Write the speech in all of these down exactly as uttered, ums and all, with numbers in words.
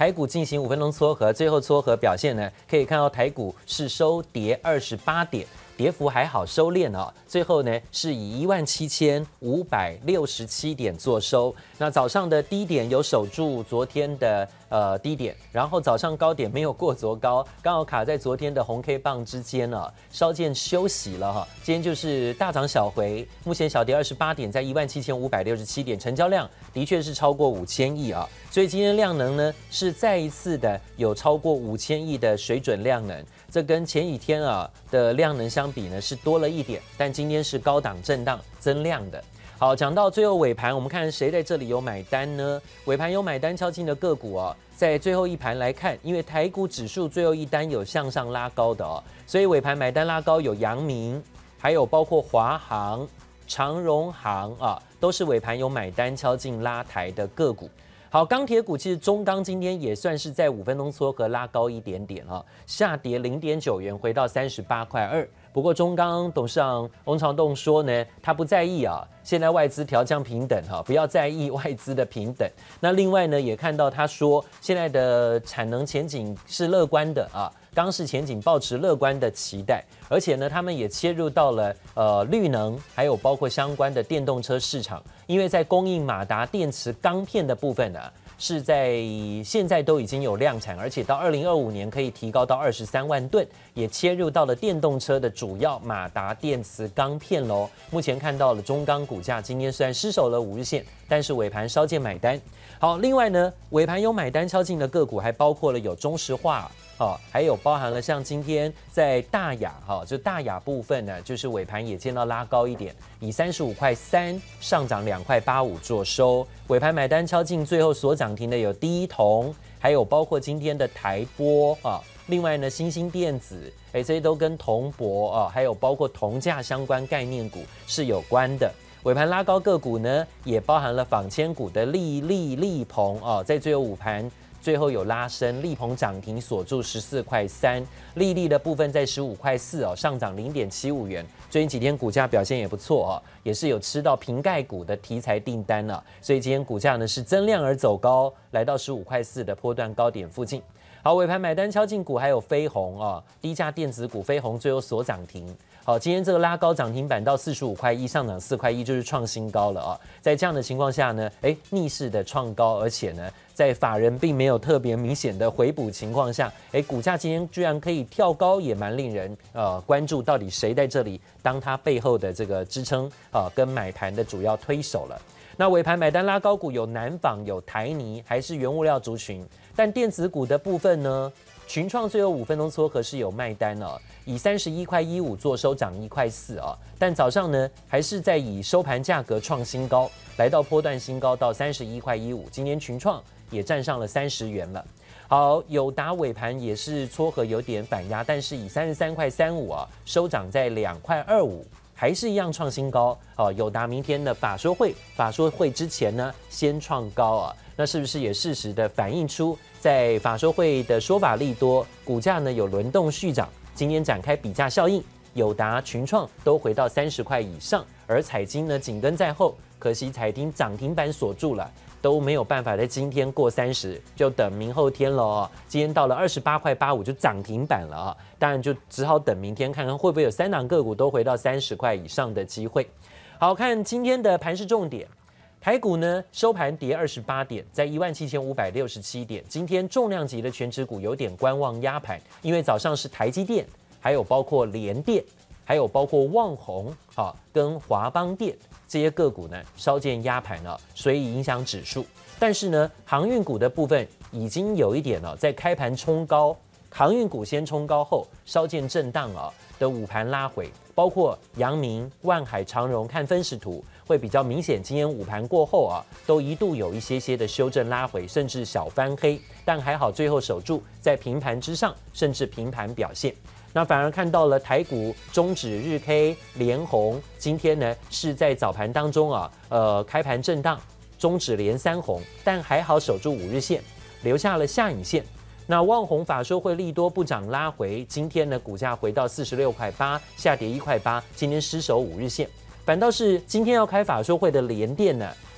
台股进行五分钟撮合，最后撮合表现呢，可以看到台股是收跌二十八点。跌幅还好收敛哦，最后呢是以一万七千五百六十七点作收。那早上的低点有守住昨天的呃低点，然后早上高点没有过昨高，刚好卡在昨天的红 K 棒之间呢、啊，稍见休息了哈。今天就是大涨小回，目前小跌二十八点，在一万七千五百六十七点，成交量的确是超过五千亿啊，所以今天量能呢是再一次的有超过五千亿的水准量能。这跟前几天啊的量能相比呢是多了一点，但今天是高档震荡增量的。好，讲到最后尾盘，我们看谁在这里有买单呢？尾盘有买单敲进的个股哦，在最后一盘来看，因为台股指数最后一单有向上拉高的哦，所以尾盘买单拉高有阳明，还有包括华航、长荣航啊，都是尾盘有买单敲进拉抬的个股。好，钢铁股其实中钢今天也算是在五分钟撮合拉高一点点啊，下跌零点九元，回到三十八块二。不过中钢董事长翁长栋说呢，他不在意啊，现在外资调降平等哈，不要在意外资的平等。那另外呢，也看到他说现在的产能前景是乐观的啊。钢市前景抱持乐观的期待，而且呢，他们也切入到了呃绿能，还有包括相关的电动车市场，因为在供应马达电池钢片的部分呢、啊，是在现在都已经有量产，而且到二零二五年可以提高到二十三万吨，也切入到了电动车的主要马达电池钢片喽。目前看到了中钢股价今天虽然失守了五日线，但是尾盘稍见买单。好，另外呢，尾盘有买单敲进的个股，还包括了有中石化。哦，还有包含了像今天在大雅哈、哦，就大雅部分呢，就是尾盘也见到拉高一点，以三十五块三上涨两块八五做收，尾盘买单敲进，最后所涨停的有第一铜，还有包括今天的台玻啊，另外呢新兴电子，哎，这些都跟铜箔啊，还有包括铜价相关概念股是有关的。尾盘拉高个股呢，也包含了纺纤股的力力力鹏啊，在最后午盘。最后有拉升，力鹏涨停锁住十四块三，力力的部分在十五块四哦，上涨零点七五元。最近几天股价表现也不错哦，也是有吃到瓶盖股的题材订单了、啊，所以今天股价呢是增量而走高，来到十五块四的波段高点附近。好，尾盘买单敲进股还有飞鸿啊，低价电子股飞鸿最后所涨停。好，今天这个拉高涨停板到四十五块一，上涨四块一，就是创新高了啊！在这样的情况下呢，哎，逆势的创高，而且呢，在法人并没有特别明显的回补情况下，哎，股价今天居然可以跳高，也蛮令人呃关注，到底谁在这里当它背后的这个支撑啊、呃，跟买盘的主要推手了。那尾盘买单拉高股有南纺、有台泥，还是原物料族群，但电子股的部分呢？群创最后五分钟撮合是有卖单哦，以三十一块一五做收，涨一块四哦。但早上呢，还是在以收盘价格创新高，来到波段新高到三十一块一五。今天群创也站上了三十元了。好，友达尾盘也是撮合有点反压，但是以三十三块三五啊，收涨在两块二五。还是一样创新高哦，友达明天的法说会，法说会之前呢，先创高啊，那是不是也适时的反映出在法说会的说法利多，股价呢有轮动续涨，今天展开比价效应，友达、群创都回到三十块以上，而彩晶呢紧跟在后，可惜彩晶涨停板锁住了。都没有办法在今天过三十，就等明后天了哦。今天到了二十八块八五就涨停板了啊，当然就只好等明天看看会不会有三档个股都回到三十块以上的机会。好，看今天的盘势重点，台股呢收盘跌二十八点，在一万七千五百六十七点。今天重量级的全指股有点观望压盘，因为早上是台积电，还有包括联电，还有包括旺宏啊跟华邦电。这些个股呢稍见压盘了，所以影响指数。但是呢，航运股的部分已经有一点了，在开盘冲高，航运股先冲高后稍见震荡啊的午盘拉回，包括阳明、万海、长荣，看分时图会比较明显。今天午盘过后啊，都一度有一些些的修正拉回，甚至小翻黑，但还好最后守住在平盘之上，甚至平盘表现。那反而看到了台股中指日 K 连红，今天呢是在早盘当中啊，呃开盘震荡，中指连三红，但还好守住五日线，留下了下影线。那旺宏法说会利多不涨拉回，今天呢股价回到四十六块八，下跌一块八，今天失守五日线。反倒是今天要开法说会的联电呢，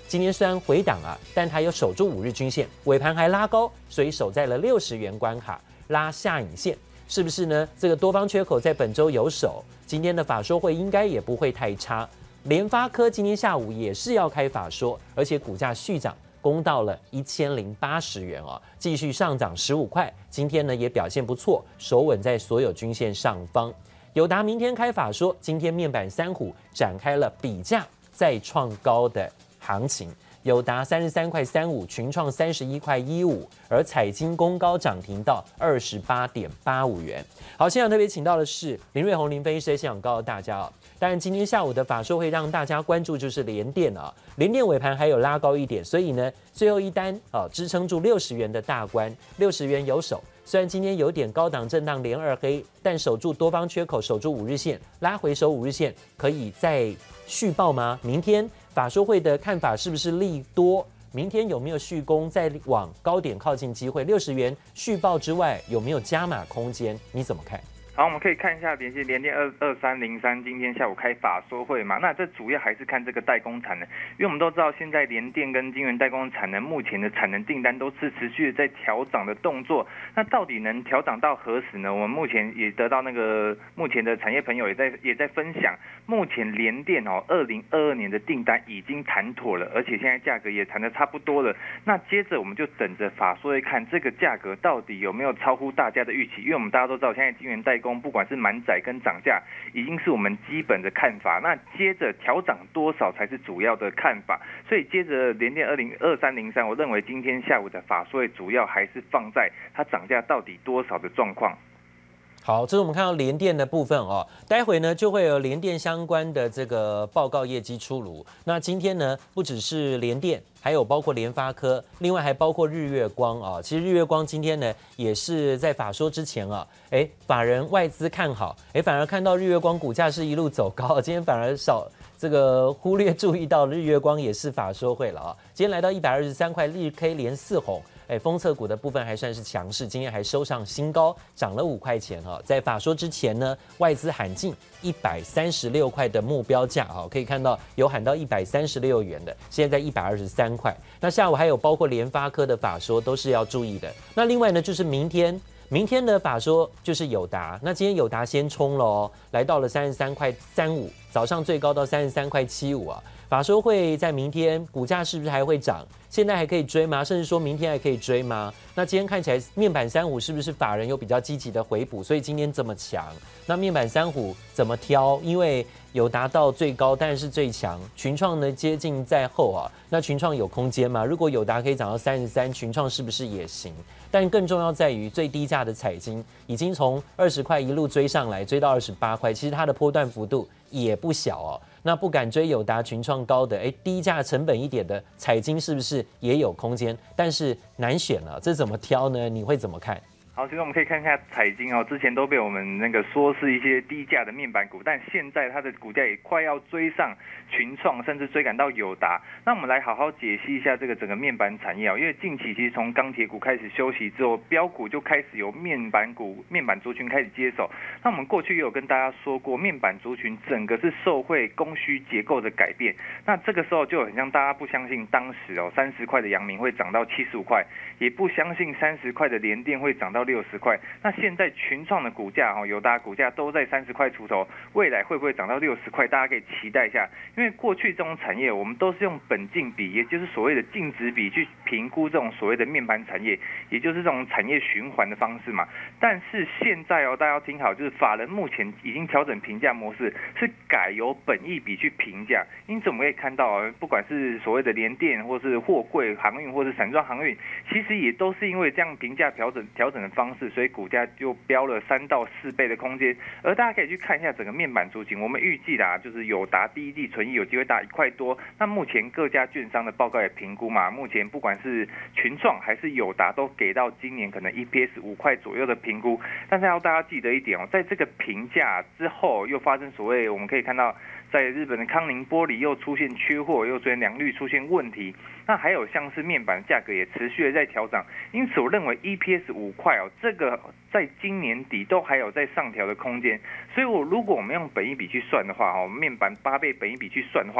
今天虽然回档啊，但它有守住五日均线，尾盘还拉高，所以守在了六十元关卡，拉下影线，是不是呢？这个多方缺口在本周有守，今天的法说会应该也不会太差。联发科今天下午也是要开法说，而且股价续涨。攻到了一千零八十元哦，继续上涨十五块。今天呢也表现不错，守稳在所有均线上方。友达明天开法说，今天面板三虎展开了比价再创高的行情。友达三十三块三五，群创三十一块一五，而彩晶攻高涨停到二十八点八五元。好，现场特别请到的是林瑞红林分析师，现场告诉大家哦。当然，今天下午的法说会让大家关注就是联电啊，联电尾盘还有拉高一点，所以呢，最后一单啊支撑住六十元的大关，六十元有守。虽然今天有点高档震荡连二黑，但守住多方缺口，守住五日线，拉回守五日线，可以再续报吗？明天法说会的看法是不是利多？明天有没有续攻，再往高点靠近机会？六十元续报之外，有没有加码空间？你怎么看？ 好，我们可以看一下连接联电二二三零三，今天下午开法说会嘛，那这主要还是看这个代工产能，因为我们都知道现在联电跟晶圆代工产能目前的产能订单都是持续的在调涨的动作，那到底能调涨到何时呢？我们目前也得到那个目前的产业朋友也在也在分享，目前联电哦，二零二二年的订单已经谈妥了，而且现在价格也谈得差不多了，那接着我们就等着法说会看这个价格到底有没有超乎大家的预期，因为我们大家都知道现在晶圆代工不管是满载跟涨价，已经是我们基本的看法。那接着调涨多少才是主要的看法。所以接着联电二零二三零三，我认为今天下午的法说会主要还是放在它涨价到底多少的状况。 好，这是我们看到联电的部分哦。待会呢就会有联电相关的这个报告业绩出炉。那今天呢不只是联电，还有包括联发科，另外还包括日月光啊。其实日月光今天呢也是在法说之前啊，哎，法人外资看好，哎，反而看到日月光股价是一路走高，今天反而少这个忽略注意到日月光也是法说会了啊。今天来到一百二十三块，日 K 连四红。哎，封测股的部分还算是强势，今天还收上新高，涨了五块钱哈。在法说之前呢，外资喊进一百三十六块的目标价哈，可以看到有喊到一百三十六元的，现在在一百二十三块。那下午还有包括联发科的法说都是要注意的。那另外呢，就是明天。明天的法说就是友达，那今天友达先冲了哦，来到了三十三块三五，早上最高到三十三块七五啊。法说会在明天，股价是不是还会涨？现在还可以追吗？甚至说明天还可以追吗？那今天看起来面板三虎是不是法人有比较积极的回补，所以今天这么强？那面板三虎怎么挑？因为有达到最高，但是最强，群创呢接近在后啊。那群创有空间吗？如果友达可以涨到三十三，群创是不是也行？但更重要在于最低价的彩晶已经从二十块一路追上来，追到二十八块，其实它的波段幅度也不小哦。那不敢追友达、群创高的，哎，低价成本一点的彩晶是不是也有空间？但是难选了，这怎么挑呢？你会怎么看？ 好，其实我们可以看一下彩晶哦，之前都被我们那个说是一些低价的面板股，但现在它的股价也快要追上群创，甚至追赶到友达。那我们来好好解析一下这个整个面板产业哦，因为近期其实从钢铁股开始休息之后，标股就开始由面板股、面板族群开始接手。那我们过去也有跟大家说过，面板族群整个是受惠供需结构的改变。那这个时候就很像大家不相信当时哦三十块的阳明会涨到七十五块，也不相信三十块的联电会涨到六十块，那现在群创的股价哈，友达股价都在三十块出头，未来会不会涨到六十块？大家可以期待一下。因为过去这种产业，我们都是用本净比，也就是所谓的净值比去评估这种所谓的面板产业，也就是这种产业循环的方式嘛。但是现在哦，大家要听好，就是法人目前已经调整评价模式，是改由本益比去评价。因此我们可以看到啊，不管是所谓的联电，或是货柜航运，或是散装航运，其实也都是因为这样评价调整调整的方式。所以股价就飙了三到四倍的空间，而大家可以去看一下整个面板族群，我们预计啦，就是友达第一季存益有机会达一块多。那目前各家券商的报告也评估嘛，目前不管是群创还是友达，都给到今年可能 E P S 五块左右的评估。但是要大家记得一点哦，在这个评价之后，又发生所谓我们可以看到，在日本的康宁玻璃又出现缺货，又出现良率出现问题。那还有像是面板价格也持续的在调涨，因此我认为 E P S 五块哦，这个在今年底都还有在上调的空间。所以我如果我们用本益比去算的话，哦，面板八倍本益比去算的话，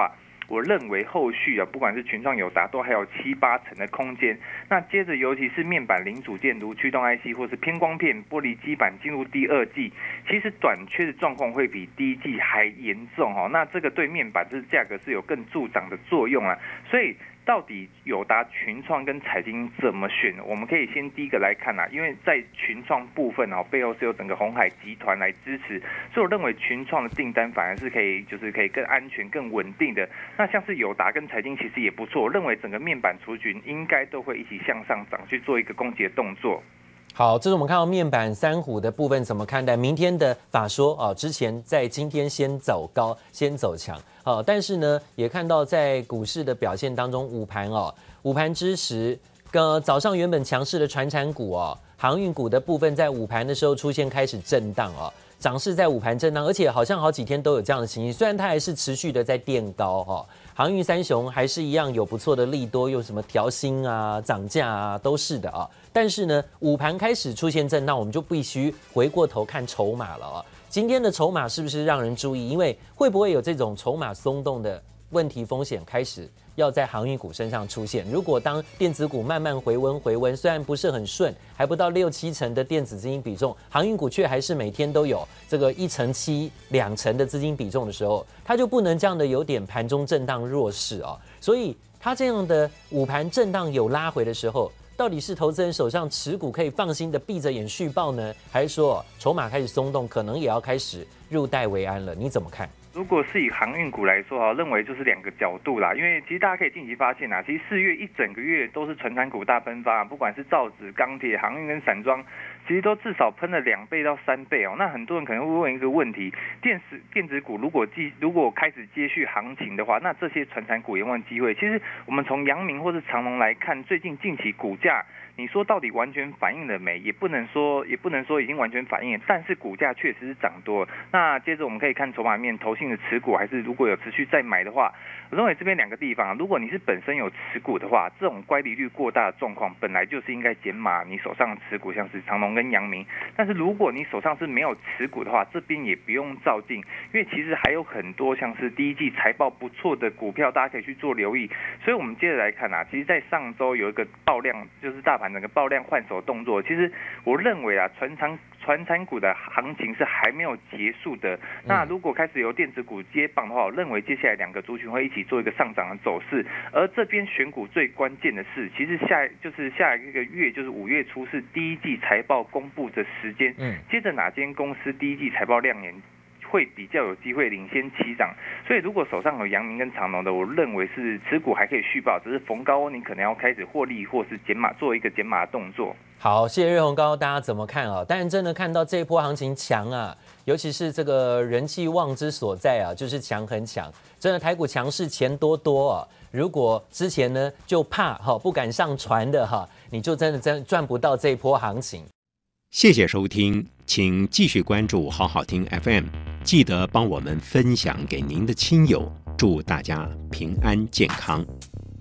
我认为后续啊，不管是群创、友达，都还有七八成的空间。那接着，尤其是面板零组件，如驱动 I C 或是偏光片、玻璃基板，进入第二季，其实短缺的状况会比第一季还严重哦。那这个对面板这价格是有更助长的作用啊，所以。到底友达、群创跟彩晶怎么选？我们可以先第一个来看啊，因为在群创部分哦，背后是有整个鸿海集团来支持，所以我认为群创的订单反而是可以，就是可以更安全、更稳定的。那像是友达跟彩晶其实也不错，我认为整个面板族群应该都会一起向上涨，去做一个攻击的动作。 好，这是我们看到面板三虎的部分怎么看待？明天的法说啊，之前在今天先走高，先走强，好，但是呢，也看到在股市的表现当中，午盘哦，午盘之时，跟早上原本强势的传产股哦，航运股的部分在午盘的时候出现开始震荡哦，涨势在午盘震荡，而且好像好几天都有这样的情形，虽然它还是持续的在垫高哈、哦。航运三雄还是一样有不错的利多，有什么调薪啊、涨价啊，都是的啊。但是呢，午盘开始出现震荡，我们就必须回过头看筹码了啊。今天的筹码是不是让人注意？因为会不会有这种筹码松动的问题风险开始要在航运股身上出现？如果当电子股慢慢回温回温，虽然不是很顺，还不到六七成的电子资金比重，航运股却还是每天都有这个一成七、两成的资金比重的时候，它就不能这样的有点盘中震荡弱势啊。所以它这样的午盘震荡有拉回的时候，到底是投资人手上持股可以放心的闭着眼续报呢，还是说筹码开始松动，可能也要开始入袋为安了？你怎么看？ 如果是以航运股来说哈，认为就是两个角度啦，因为其实大家可以近期发现啊，其实四月一整个月都是传产股大喷发，不管是造纸、钢铁、航运跟散装，其实都至少喷了两倍到三倍哦。那很多人可能会问一个问题：电子电子股如果继如果开始接续行情的话，那这些传产股有没有机会？其实我们从阳明或是长荣来看，最近近期股价。你说到底完全反映了没？也不能说，也不能说已经完全反映了，但是股价确实是涨多了。那接着我们可以看筹码面，投信的持股还是如果有持续再买的话，我认为这边两个地方，如果你是本身有持股的话，这种乖离率过大的状况，本来就是应该减码你手上的持股，像是长荣跟阳明。但是如果你手上是没有持股的话，这边也不用照进，因为其实还有很多像是第一季财报不错的股票，大家可以去做留意。所以我们接着来看啊，其实在上周有一个爆量，就是大盘整个爆量换手动作，其实我认为啊，传产传产股的行情是还没有结束的。那如果开始由电子股接棒的话，我认为接下来两个族群会一起做一个上涨的走势。而这边选股最关键的是，其实下就是下一个月就是五月初是第一季财报公布的时间，嗯，接着哪间公司第一季财报亮眼，会比较有机会领先起涨，所以如果手上有阳明跟长荣的，我认为是持股还可以续报，只是逢高你可能要开始获利或是减码，做一个减码的动作。 好，谢谢瑞鸿高，大家怎么看啊？当然真的看到这一波行情强啊，尤其是这个人气旺之所在啊，就是强很强，真的台股强势钱多多啊。如果之前呢就怕哈不敢上船的哈，你就真的真赚不到这一波行情。 谢谢收听，请继续关注好好听 F M， 记得帮我们分享给您的亲友，祝大家平安健康。